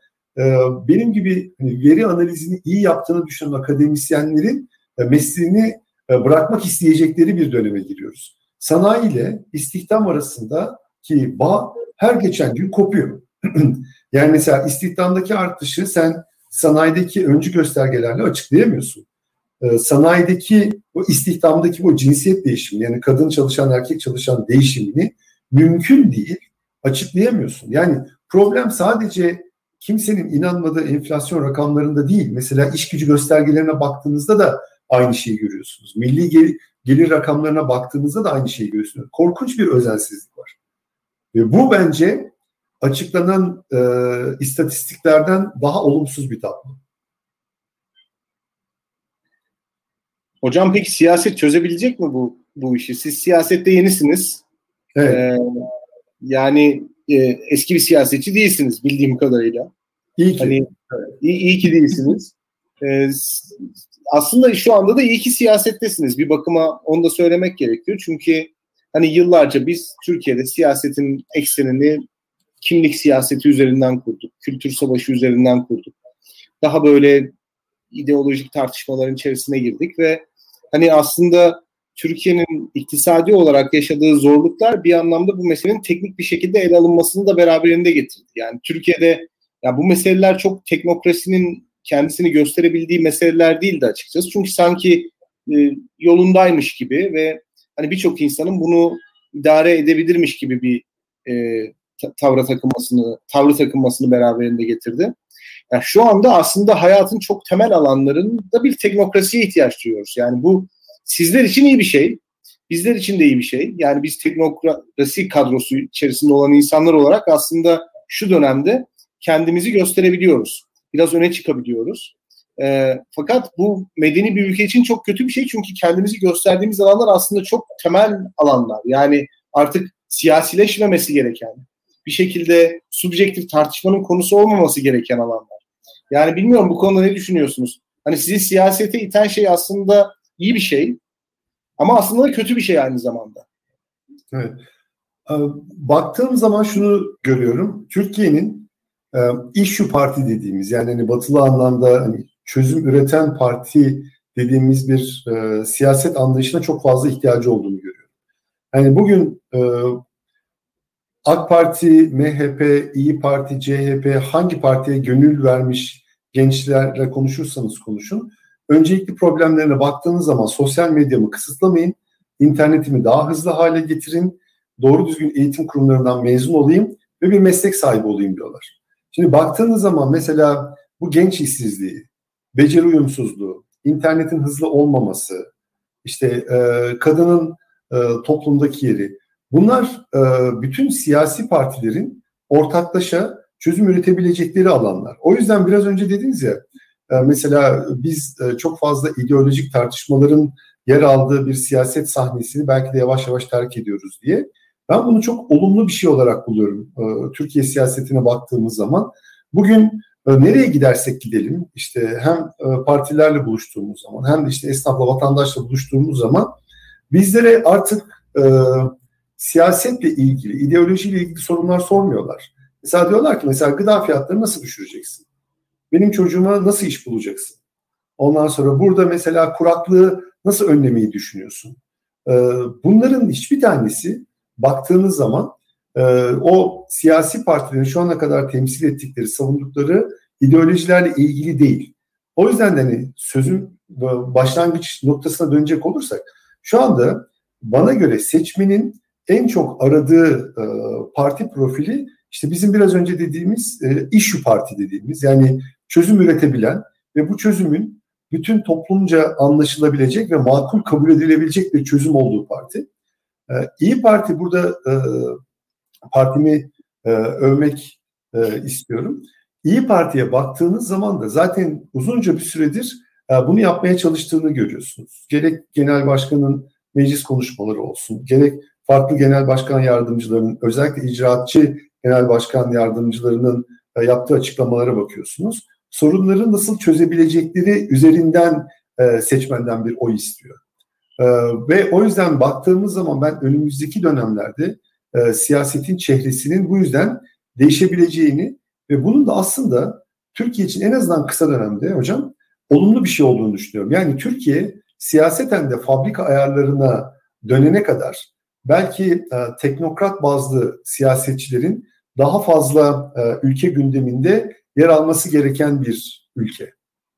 benim gibi veri analizini iyi yaptığını düşünen akademisyenlerin mesleğini bırakmak isteyecekleri bir döneme giriyoruz. Sanayi ile istihdam arasındaki bağ her geçen gün kopuyor. Yani mesela istihdamdaki artışı sen sanayideki öncü göstergelerle açıklayamıyorsun. Ee, sanayideki o istihdamdaki o cinsiyet değişimi, yani kadın çalışan erkek çalışan değişimini mümkün değil, açıklayamıyorsun. Yani problem sadece kimsenin inanmadığı enflasyon rakamlarında değil. Mesela iş gücü göstergelerine baktığınızda da aynı şeyi görüyorsunuz. Milli gelir, gelir rakamlarına baktığınızda da aynı şeyi görüyorsunuz. Korkunç bir özensizlik var. Ve bu bence açıklanan e, istatistiklerden daha olumsuz bir tablo. Hocam peki siyaset çözebilecek mi bu bu işi? Siz siyasette yenisiniz. Evet. Ee, yani e, eski bir siyasetçi değilsiniz bildiğim kadarıyla. İyi ki. Hani, iyi, iyi ki değilsiniz. Ee, aslında şu anda da iyi ki siyasettesiniz. Bir bakıma onu da söylemek gerekiyor. Çünkü hani yıllarca biz Türkiye'de siyasetin eksenini kimlik siyaseti üzerinden kurduk. Kültür savaşı üzerinden kurduk. Daha böyle ideolojik tartışmaların içerisine girdik ve hani aslında Türkiye'nin iktisadi olarak yaşadığı zorluklar bir anlamda bu meselenin teknik bir şekilde ele alınmasını da beraberinde getirdi. Yani Türkiye'de ya bu meseleler çok teknokrasinin kendisini gösterebildiği meseleler değildi açıkçası. Çünkü sanki e, yolundaymış gibi ve hani birçok insanın bunu idare edebilirmiş gibi bir e, tavra takılmasını, tavrı takılmasını beraberinde getirdi. Yani şu anda aslında hayatın çok temel alanlarında bir teknokrasiye ihtiyaç duyuyoruz. Yani bu sizler için iyi bir şey, bizler için de iyi bir şey. Yani biz teknokrasi kadrosu içerisinde olan insanlar olarak aslında şu dönemde kendimizi gösterebiliyoruz. Biraz öne çıkabiliyoruz. E, fakat bu medeni bir ülke için çok kötü bir şey. Çünkü kendimizi gösterdiğimiz alanlar aslında çok temel alanlar. Yani artık siyasileşmemesi gereken, bir şekilde subjektif tartışmanın konusu olmaması gereken alanlar. Yani bilmiyorum bu konuda ne düşünüyorsunuz? Hani sizi siyasete iten şey aslında iyi bir şey ama aslında da kötü bir şey aynı zamanda. Evet. Baktığım zaman şunu görüyorum. Türkiye'nin e, issue parti dediğimiz, yani hani batılı anlamda hani çözüm üreten parti dediğimiz bir e, siyaset anlayışına çok fazla ihtiyacı olduğunu görüyorum. Yani bugün e, AK Parti, M H P, İyi Parti, C H P hangi partiye gönül vermiş gençlerle konuşursanız konuşun. Öncelikli problemlerine baktığınız zaman sosyal medyamı kısıtlamayın, internetimi daha hızlı hale getirin, doğru düzgün eğitim kurumlarından mezun olayım ve bir meslek sahibi olayım diyorlar. Şimdi baktığınız zaman mesela bu genç işsizliği, beceri uyumsuzluğu, internetin hızlı olmaması, işte e, kadının e, toplumdaki yeri, bunlar e, bütün siyasi partilerin ortaklaşa çözüm üretebilecekleri alanlar. O yüzden biraz önce dediniz ya, e, mesela biz e, çok fazla ideolojik tartışmaların yer aldığı bir siyaset sahnesini belki de yavaş yavaş terk ediyoruz diye. Ben bunu çok olumlu bir şey olarak buluyorum. E, Türkiye siyasetine baktığımız zaman. Bugün e, nereye gidersek gidelim, işte hem e, partilerle buluştuğumuz zaman hem de işte esnafla, vatandaşla buluştuğumuz zaman bizlere artık e, siyasetle ilgili, ideolojiyle ilgili sorunlar sormuyorlar. Mesela diyorlar ki mesela gıda fiyatlarını nasıl düşüreceksin? Benim çocuğuma nasıl iş bulacaksın? Ondan sonra burada mesela kuraklığı nasıl önlemeyi düşünüyorsun? Ee, bunların hiçbir tanesi baktığınız zaman e, o siyasi partilerin şu ana kadar temsil ettikleri, savundukları ideolojilerle ilgili değil. O yüzden de hani sözün başlangıç noktasına dönecek olursak şu anda bana göre seçmenin en çok aradığı e, parti profili işte bizim biraz önce dediğimiz e, issue parti dediğimiz, yani çözüm üretebilen ve bu çözümün bütün toplumca anlaşılabilecek ve makul kabul edilebilecek bir çözüm olduğu parti. E, İyi Parti burada e, partimi e, övmek e, istiyorum. İyi Parti'ye baktığınız zaman da zaten uzunca bir süredir e, bunu yapmaya çalıştığını görüyorsunuz. Gerek genel başkanın meclis konuşmaları olsun, gerek farklı genel başkan yardımcılarının, özellikle icraatçı genel başkan yardımcılarının e, yaptığı açıklamalara bakıyorsunuz. Sorunları nasıl çözebilecekleri üzerinden e, seçmenden bir oy istiyor. E, ve o yüzden baktığımız zaman ben önümüzdeki dönemlerde e, siyasetin çehresinin bu yüzden değişebileceğini ve bunun da aslında Türkiye için en azından kısa dönemde hocam olumlu bir şey olduğunu düşünüyorum. Yani Türkiye siyaseten de fabrika ayarlarına dönene kadar belki e, teknokrat bazlı siyasetçilerin daha fazla e, ülke gündeminde yer alması gereken bir ülke.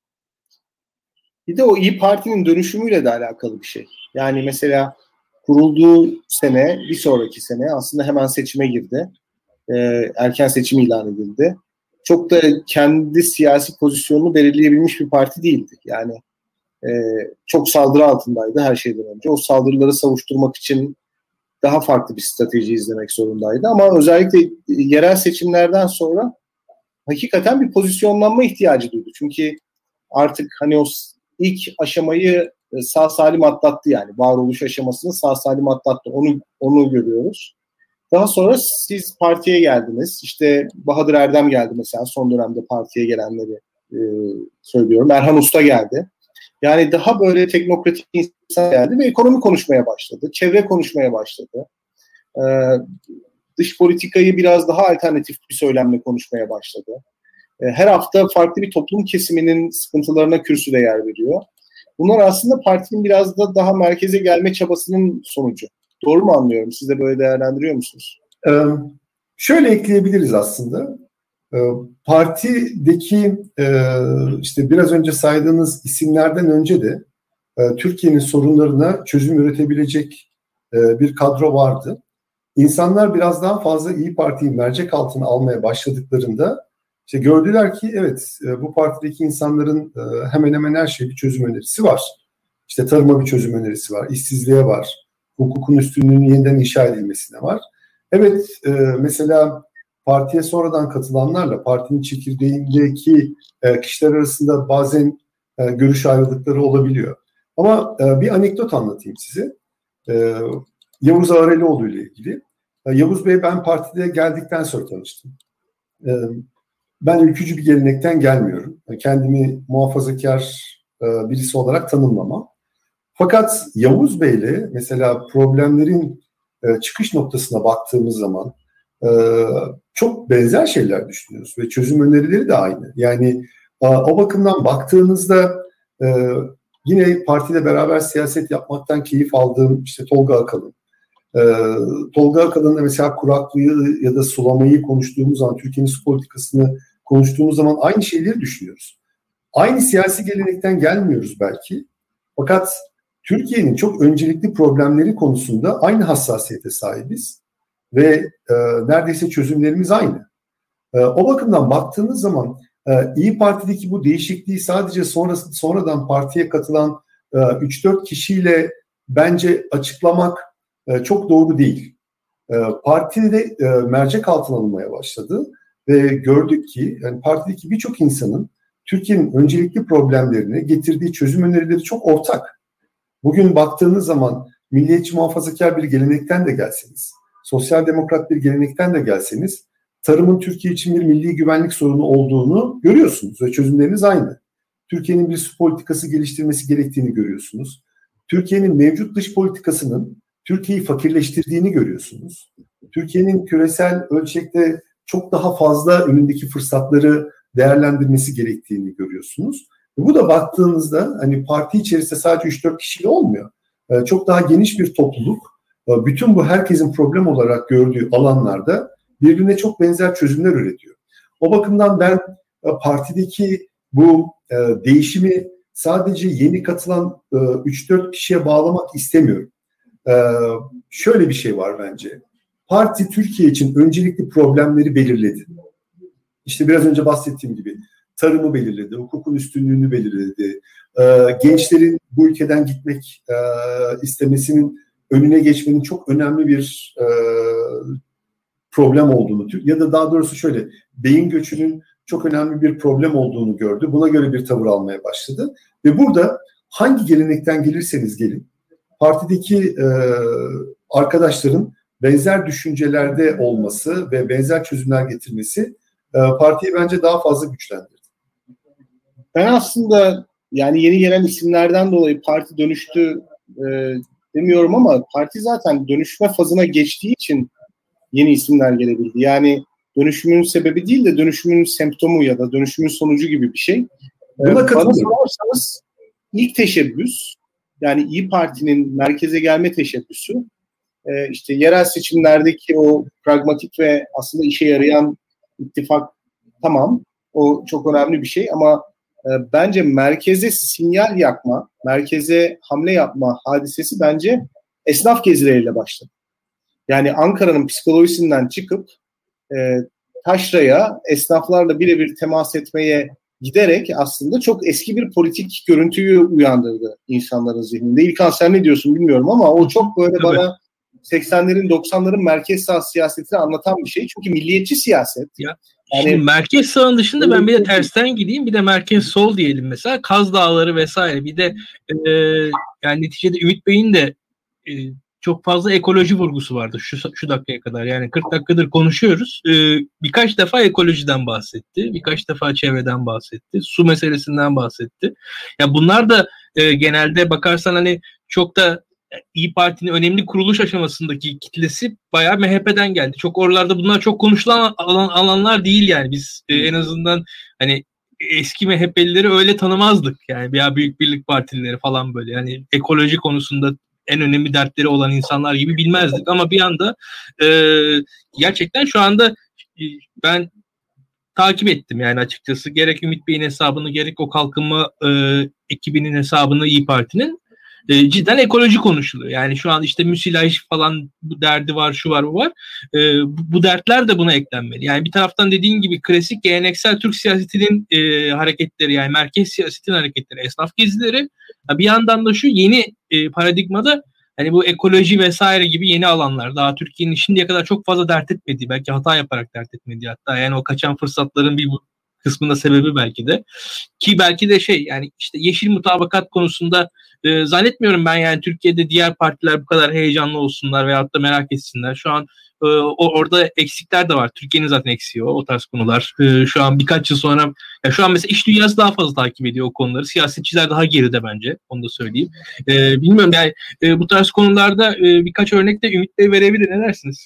Bir de o İYİ Parti'nin dönüşümüyle de alakalı bir şey. Yani mesela kurulduğu sene, bir sonraki sene aslında hemen seçime girdi. Ee, erken seçim ilan edildi. Çok da kendi siyasi pozisyonunu belirleyebilmiş bir parti değildi. Yani e, çok saldırı altındaydı her şeyden önce. O saldırıları savuşturmak için daha farklı bir strateji izlemek zorundaydı. Ama özellikle yerel seçimlerden sonra hakikaten bir pozisyonlanma ihtiyacı duydu. Çünkü artık hani o ilk aşamayı sağ salim atlattı yani. Varoluş aşamasını sağ salim atlattı. Onu onu görüyoruz. Daha sonra siz partiye geldiniz. İşte Bahadır Erdem geldi mesela, son dönemde partiye gelenleri e, söylüyorum. Erhan Usta geldi. Yani daha böyle teknokratik insan geldi ve ekonomi konuşmaya başladı. Çevre konuşmaya başladı. Ee, dış politikayı biraz daha alternatif bir söylemle konuşmaya başladı. Ee, her hafta farklı bir toplum kesiminin sıkıntılarına kürsüde yer veriyor. Bunlar aslında partinin biraz da daha merkeze gelme çabasının sonucu. Doğru mu anlıyorum? Siz de böyle değerlendiriyor musunuz? Ee, şöyle ekleyebiliriz aslında. Ee, partideki e, işte biraz önce saydığınız isimlerden önce de e, Türkiye'nin sorunlarına çözüm üretebilecek e, bir kadro vardı. İnsanlar biraz daha fazla İYİ Parti'yi mercek altına almaya başladıklarında işte gördüler ki evet e, bu partideki insanların e, hemen hemen her şeye bir çözüm önerisi var. İşte tarıma bir çözüm önerisi var, işsizliğe var, hukukun üstünlüğünün yeniden inşa edilmesine var. Evet, e, mesela partiye sonradan katılanlarla partinin çekirdeğindeki e, kişiler arasında bazen e, görüş ayrılıkları olabiliyor. Ama e, bir anekdot anlatayım size. E, Yavuz Ağrelioğlu ile ilgili. E, Yavuz Bey ben partide geldikten sonra tanıştım. E, ben ülkücü bir gelenekten gelmiyorum. Kendimi muhafazakar e, birisi olarak tanımlamam. Fakat Yavuz Bey'le mesela problemlerin e, çıkış noktasına baktığımız zaman e, çok benzer şeyler düşünüyoruz ve çözüm önerileri de aynı. Yani e, o bakımdan baktığınızda e, yine partiyle beraber siyaset yapmaktan keyif aldığım işte Tolga Akalın. E, Tolga Akalın'la mesela kuraklığı ya da sulamayı konuştuğumuz zaman, Türkiye'nin su politikasını konuştuğumuz zaman aynı şeyleri düşünüyoruz. Aynı siyasi gelenekten gelmiyoruz belki. Fakat Türkiye'nin çok öncelikli problemleri konusunda aynı hassasiyete sahibiz ve e, neredeyse çözümlerimiz aynı. E, o bakımdan baktığınız zaman e, İYİ Parti'deki bu değişikliği sadece sonra, sonradan partiye katılan e, üç dört kişiyle bence açıklamak e, çok doğru değil. E, partide e, mercek altına alınmaya başladı ve gördük ki yani partideki birçok insanın Türkiye'nin öncelikli problemlerine getirdiği çözüm önerileri çok ortak. Bugün baktığınız zaman milliyetçi muhafazakar bir gelenekten de gelseniz, sosyal demokrat bir gelenekten de gelseniz, tarımın Türkiye için bir milli güvenlik sorunu olduğunu görüyorsunuz ve çözümleriniz aynı. Türkiye'nin bir su politikası geliştirmesi gerektiğini görüyorsunuz. Türkiye'nin mevcut dış politikasının Türkiye'yi fakirleştirdiğini görüyorsunuz. Türkiye'nin küresel ölçekte çok daha fazla önündeki fırsatları değerlendirmesi gerektiğini görüyorsunuz. Bu da baktığınızda hani parti içerisinde sadece üç dört kişiyle olmuyor. Ee, çok daha geniş bir topluluk. Ee, bütün bu herkesin problem olarak gördüğü alanlarda birbirine çok benzer çözümler üretiyor. O bakımdan ben e, partideki bu e, değişimi sadece yeni katılan e, üç dört kişiye bağlamak istemiyorum. E, şöyle bir şey var bence. Parti Türkiye için öncelikli problemleri belirledi. İşte biraz önce bahsettiğim gibi tarımı belirledi, hukukun üstünlüğünü belirledi, e, gençlerin bu ülkeden gitmek e, istemesinin önüne geçmenin çok önemli bir e, problem olduğunu ya da daha doğrusu şöyle beyin göçünün çok önemli bir problem olduğunu gördü. Buna göre bir tavır almaya başladı ve burada hangi gelenekten gelirseniz gelin partideki e, arkadaşların benzer düşüncelerde olması ve benzer çözümler getirmesi e, partiyi bence daha fazla güçlendirdi. Ben aslında yani yeni gelen isimlerden dolayı parti dönüştü e, demiyorum ama parti zaten dönüşme fazına geçtiği için yeni isimler gelebildi. Yani dönüşümün sebebi değil de dönüşümün semptomu ya da dönüşümün sonucu gibi bir şey. Buna Bana katılıyorum. sorarsanız ilk teşebbüs, yani İYİ Parti'nin merkeze gelme teşebbüsü, e, işte yerel seçimlerdeki o pragmatik ve aslında işe yarayan ittifak, tamam, o çok önemli bir şey ama e, bence merkeze sinyal yakma, merkeze hamle yapma hadisesi bence esnaf gezileriyle başladı. Yani Ankara'nın psikolojisinden çıkıp e, taşraya esnaflarla birebir temas etmeye giderek aslında çok eski bir politik görüntüyü uyandırdı insanların zihninde. İlkan sen ne diyorsun bilmiyorum ama o çok böyle Tabii. bana seksenlerin doksanların merkez sağ siyasetini anlatan bir şey. Çünkü milliyetçi siyaset. Ya, yani, şimdi merkez sağın dışında ben bir de tersten gideyim. Bir de merkez sol diyelim mesela. Kaz Dağları vesaire. Bir de e, yani neticede Ümit Bey'in de e, çok fazla ekoloji vurgusu vardı şu, şu dakikaya kadar. Yani kırk dakikadır konuşuyoruz. Ee, birkaç defa ekolojiden bahsetti. Birkaç defa çevreden bahsetti. Su meselesinden bahsetti. Ya bunlar da e, genelde bakarsan hani çok da İYİ Parti'nin önemli kuruluş aşamasındaki kitlesi bayağı M H P'den geldi. Çok oralarda bunlar çok konuşulan alan, alanlar değil yani. Biz e, en azından hani eski M H P'lileri öyle tanımazdık. Yani veya Büyük Birlik Partilileri falan böyle. Yani ekoloji konusunda en önemli dertleri olan insanlar gibi bilmezdik ama bir anda e, gerçekten şu anda e, ben takip ettim yani açıkçası gerek Ümit Bey'in hesabını gerek o kalkınma e, ekibinin hesabını İYİ Parti'nin e, cidden ekoloji konuşuluyor. Yani şu an işte müsilaj falan bu derdi var, şu var, bu var. E, bu, bu dertler de buna eklenmeli. Yani bir taraftan dediğin gibi klasik geleneksel Türk siyasetinin e, hareketleri yani merkez siyasetin hareketleri, esnaf gezileri. Bir yandan da şu yeni e, paradigmada hani bu ekoloji vesaire gibi yeni alanlar. Daha Türkiye'nin şimdiye kadar çok fazla dert etmediği, belki hata yaparak dert etmediği hatta yani o kaçan fırsatların bir kısmında sebebi belki de. Ki belki de şey yani işte yeşil mutabakat konusunda e, zannetmiyorum ben yani Türkiye'de diğer partiler bu kadar heyecanlı olsunlar veyahut da merak etsinler. Şu an e, o, orada eksikler de var. Türkiye'nin zaten eksiği o, o tarz konular. E, şu an birkaç yıl sonra ya şu an mesela iş dünyası daha fazla takip ediyor o konuları. Siyasetçiler daha geride bence. Onu da söyleyeyim. E, bilmiyorum yani e, bu tarz konularda e, birkaç örnek de Ümit Bey verebilir. Ne dersiniz?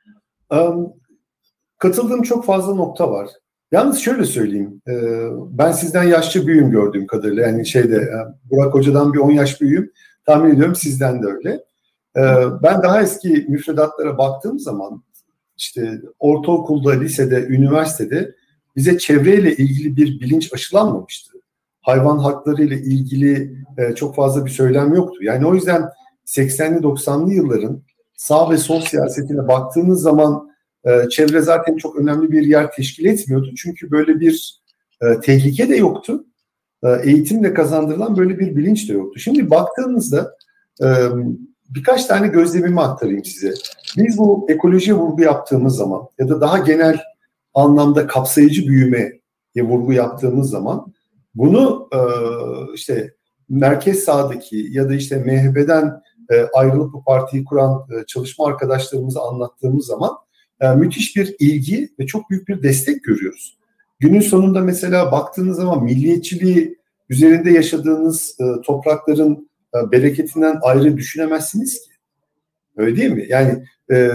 Um, katıldığım çok fazla nokta var. Yalnız şöyle söyleyeyim, e, ben sizden yaşça büyüğüm gördüğüm kadarıyla. Yani şeyde e, Burak Hoca'dan bir on yaş büyüğüm. Tahmin ediyorum sizden de öyle. E, ben daha eski müfredatlara baktığım zaman işte ortaokulda, lisede, üniversitede bize çevreyle ilgili bir bilinç aşılanmamıştı. Hayvan hakları ile ilgili e, çok fazla bir söylem yoktu. Yani o yüzden seksenli doksanlı yılların sağ ve sol siyasetine baktığınız zaman Ee, çevre zaten çok önemli bir yer teşkil etmiyordu. Çünkü böyle bir e, tehlike de yoktu. E, eğitimle kazandırılan böyle bir bilinç de yoktu. Şimdi baktığınızda e, birkaç tane gözlemimi aktarayım size. Biz bu ekolojiye vurgu yaptığımız zaman ya da daha genel anlamda kapsayıcı büyümeye vurgu yaptığımız zaman bunu e, işte merkez sağdaki ya da işte M H P'den e, ayrılıp bu partiyi kuran e, çalışma arkadaşlarımıza anlattığımız zaman Yani müthiş bir ilgi ve çok büyük bir destek görüyoruz. Günün sonunda mesela baktığınız zaman milliyetçiliği üzerinde yaşadığınız e, toprakların e, bereketinden ayrı düşünemezsiniz ki. Öyle değil mi? Yani e,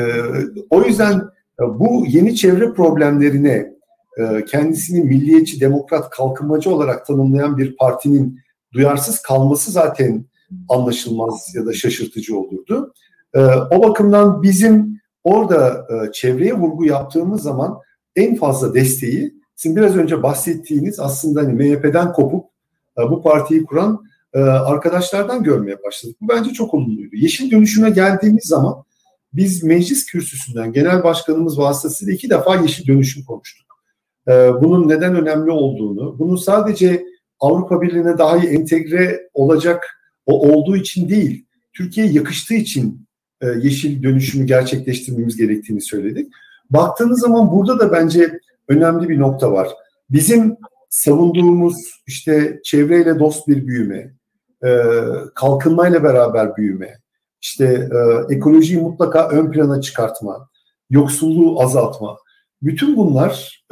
o yüzden e, bu yeni çevre problemlerine e, kendisini milliyetçi, demokrat, kalkınmacı olarak tanımlayan bir partinin duyarsız kalması zaten anlaşılmaz ya da şaşırtıcı olurdu. E, o bakımdan bizim orada e, çevreye vurgu yaptığımız zaman en fazla desteği sizin biraz önce bahsettiğiniz aslında hani M H P'den kopup e, bu partiyi kuran e, arkadaşlardan görmeye başladık. Bu bence çok olumluydu. Yeşil dönüşüme geldiğimiz zaman biz meclis kürsüsünden genel başkanımız vasıtasıyla iki defa yeşil dönüşüm konuştuk. E, bunun neden önemli olduğunu, bunun sadece Avrupa Birliği'ne daha iyi entegre olacak o olduğu için değil, Türkiye'ye yakıştığı için yeşil dönüşümü gerçekleştirmemiz gerektiğini söyledik. Baktığınız zaman burada da bence önemli bir nokta var. Bizim savunduğumuz işte çevreyle dost bir büyüme, kalkınmayla beraber büyüme, işte ekolojiyi mutlaka ön plana çıkartma, yoksulluğu azaltma. Bütün bunlar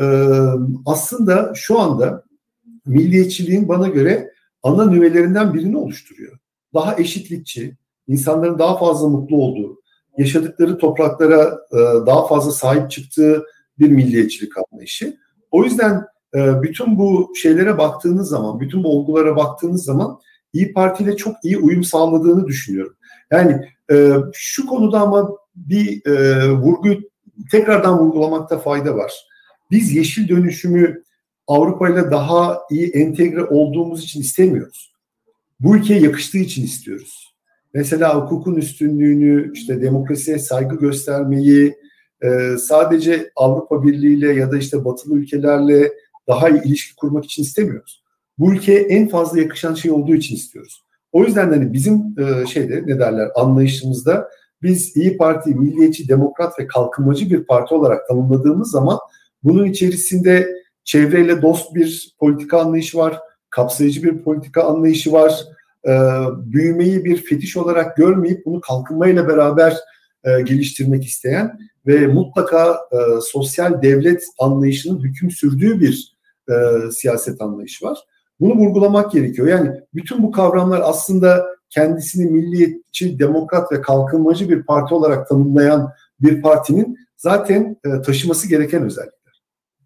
aslında şu anda milliyetçiliğin bana göre ana nüvelerinden birini oluşturuyor. Daha eşitlikçi, İnsanların daha fazla mutlu olduğu, yaşadıkları topraklara daha fazla sahip çıktığı bir milliyetçilik anlayışı. O yüzden bütün bu şeylere baktığınız zaman, bütün bu olgulara baktığınız zaman İYİ Parti ile çok iyi uyum sağladığını düşünüyorum. Yani şu konuda ama bir vurguyu tekrardan vurgulamakta fayda var. Biz yeşil dönüşümü Avrupa ile daha iyi entegre olduğumuz için istemiyoruz. Bu ülkeye yakıştığı için istiyoruz. Mesela hukukun üstünlüğünü, işte demokrasiye saygı göstermeyi, e, sadece Avrupa Birliği ile ya da işte batılı ülkelerle daha iyi ilişki kurmak için istemiyoruz. Bu ülkeye en fazla yakışan şey olduğu için istiyoruz. O yüzden hani bizim e, şeyde ne derler anlayışımızda biz İyi Parti, milliyetçi, demokrat ve kalkınmacı bir parti olarak tanımladığımız zaman bunun içerisinde çevreyle dost bir politika anlayışı var, kapsayıcı bir politika anlayışı var. E, büyümeyi bir fetiş olarak görmeyip bunu kalkınmayla beraber e, geliştirmek isteyen ve mutlaka e, sosyal devlet anlayışının hüküm sürdüğü bir e, siyaset anlayışı var. Bunu vurgulamak gerekiyor. Yani bütün bu kavramlar aslında kendisini milliyetçi, demokrat ve kalkınmacı bir parti olarak tanımlayan bir partinin zaten e, taşıması gereken özellikler.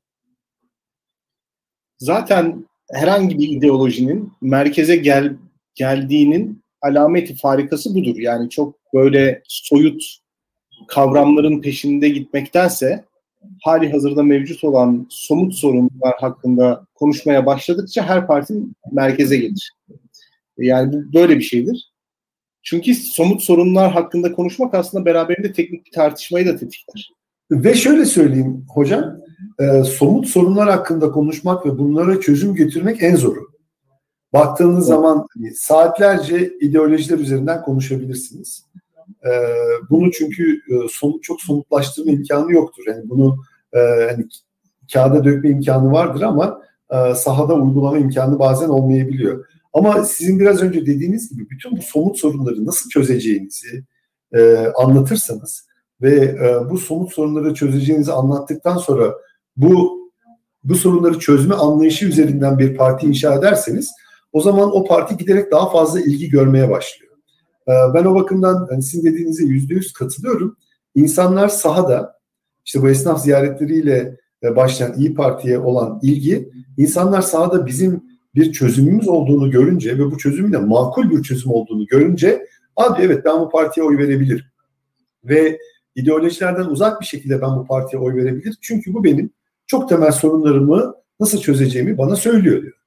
Zaten herhangi bir ideolojinin merkeze gel, geldiğinin alameti farikası budur. Yani çok böyle soyut kavramların peşinde gitmektense hali hazırda mevcut olan somut sorunlar hakkında konuşmaya başladıkça her parti merkeze gelir. Yani bu böyle bir şeydir. Çünkü somut sorunlar hakkında konuşmak aslında beraberinde teknik bir tartışmayı da tetikler. Ve şöyle söyleyeyim hocam, e, somut sorunlar hakkında konuşmak ve bunlara çözüm getirmek en zoru. Baktığınız evet. zaman saatlerce ideolojiler üzerinden konuşabilirsiniz. E, bunu çünkü e, somut, çok somutlaştırma imkanı yoktur. Yani bunu e, hani kağıda dökme imkanı vardır ama e, sahada uygulama imkanı bazen olmayabiliyor. Ama sizin biraz önce dediğiniz gibi bütün bu somut sorunları nasıl çözeceğinizi e, anlatırsanız ve e, bu somut sorunları çözeceğinizi anlattıktan sonra bu bu sorunları çözme anlayışı üzerinden bir parti inşa ederseniz o zaman o parti giderek daha fazla ilgi görmeye başlıyor. E, ben o bakımdan hani sizin dediğinize yüzde yüz katılıyorum. İnsanlar sahada işte bu esnaf ziyaretleriyle e, başlayan İyi Parti'ye olan ilgi, insanlar sahada bizim bir çözümümüz olduğunu görünce ve bu çözümün de makul bir çözüm olduğunu görünce abi evet ben bu partiye oy verebilirim. Ve ideolojilerden uzak bir şekilde ben bu partiye oy verebilirim. Çünkü bu benim çok temel sorunlarımı nasıl çözeceğimi bana söylüyor diyor.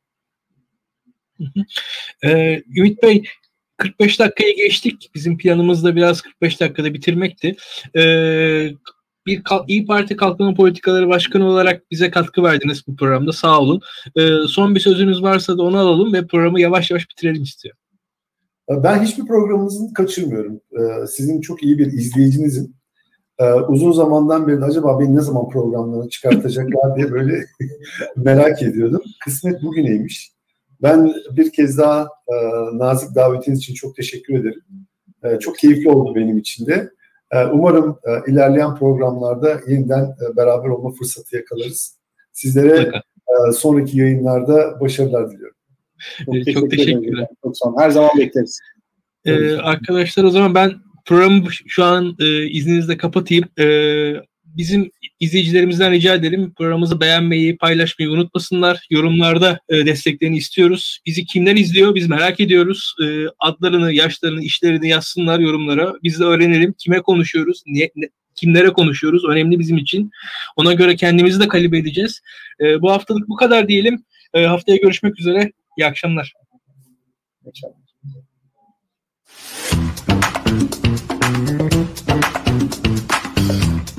Ee, Ümit Bey, kırk beş dakikaya geçtik. Bizim planımız da biraz kırk beş dakikada bitirmekti. Ee, bir İyi Parti Kalkınma Politikaları Başkanı olarak bize katkı verdiniz bu programda. Sağ olun. Ee, son bir sözünüz varsa da onu alalım ve programı yavaş yavaş bitirelim istiyorum. Ben hiçbir programınızı kaçırmıyorum. Ee, sizin çok iyi bir izleyicinizim. Ee, uzun zamandan beri acaba beni ne zaman programlarına çıkartacaklar diye böyle merak ediyordum. Kısmet bugüneymiş. Ben bir kez daha e, nazik davetiniz için çok teşekkür ederim. E, çok keyifli oldu benim için de. E, umarım e, ilerleyen programlarda yeniden e, beraber olma fırsatı yakalarız. Sizlere e, sonraki yayınlarda başarılar diliyorum. Çok, teşekkür çok teşekkürler. Çok sağ olun. Her zaman bekleriz. Ee, arkadaşlar o zaman ben programı şu an e, izninizle kapatayım. E, bizim izleyicilerimizden rica edelim. Programımızı beğenmeyi, paylaşmayı unutmasınlar. Yorumlarda e, desteklerini istiyoruz. Bizi kimler izliyor? Biz merak ediyoruz. E, adlarını, yaşlarını, işlerini yazsınlar yorumlara. Biz de öğrenelim. Kime konuşuyoruz? Niye, ne, kimlere konuşuyoruz? Önemli bizim için. Ona göre kendimizi de kalibre edeceğiz. E, bu haftalık bu kadar diyelim. E, haftaya görüşmek üzere. İyi akşamlar. İyi akşamlar.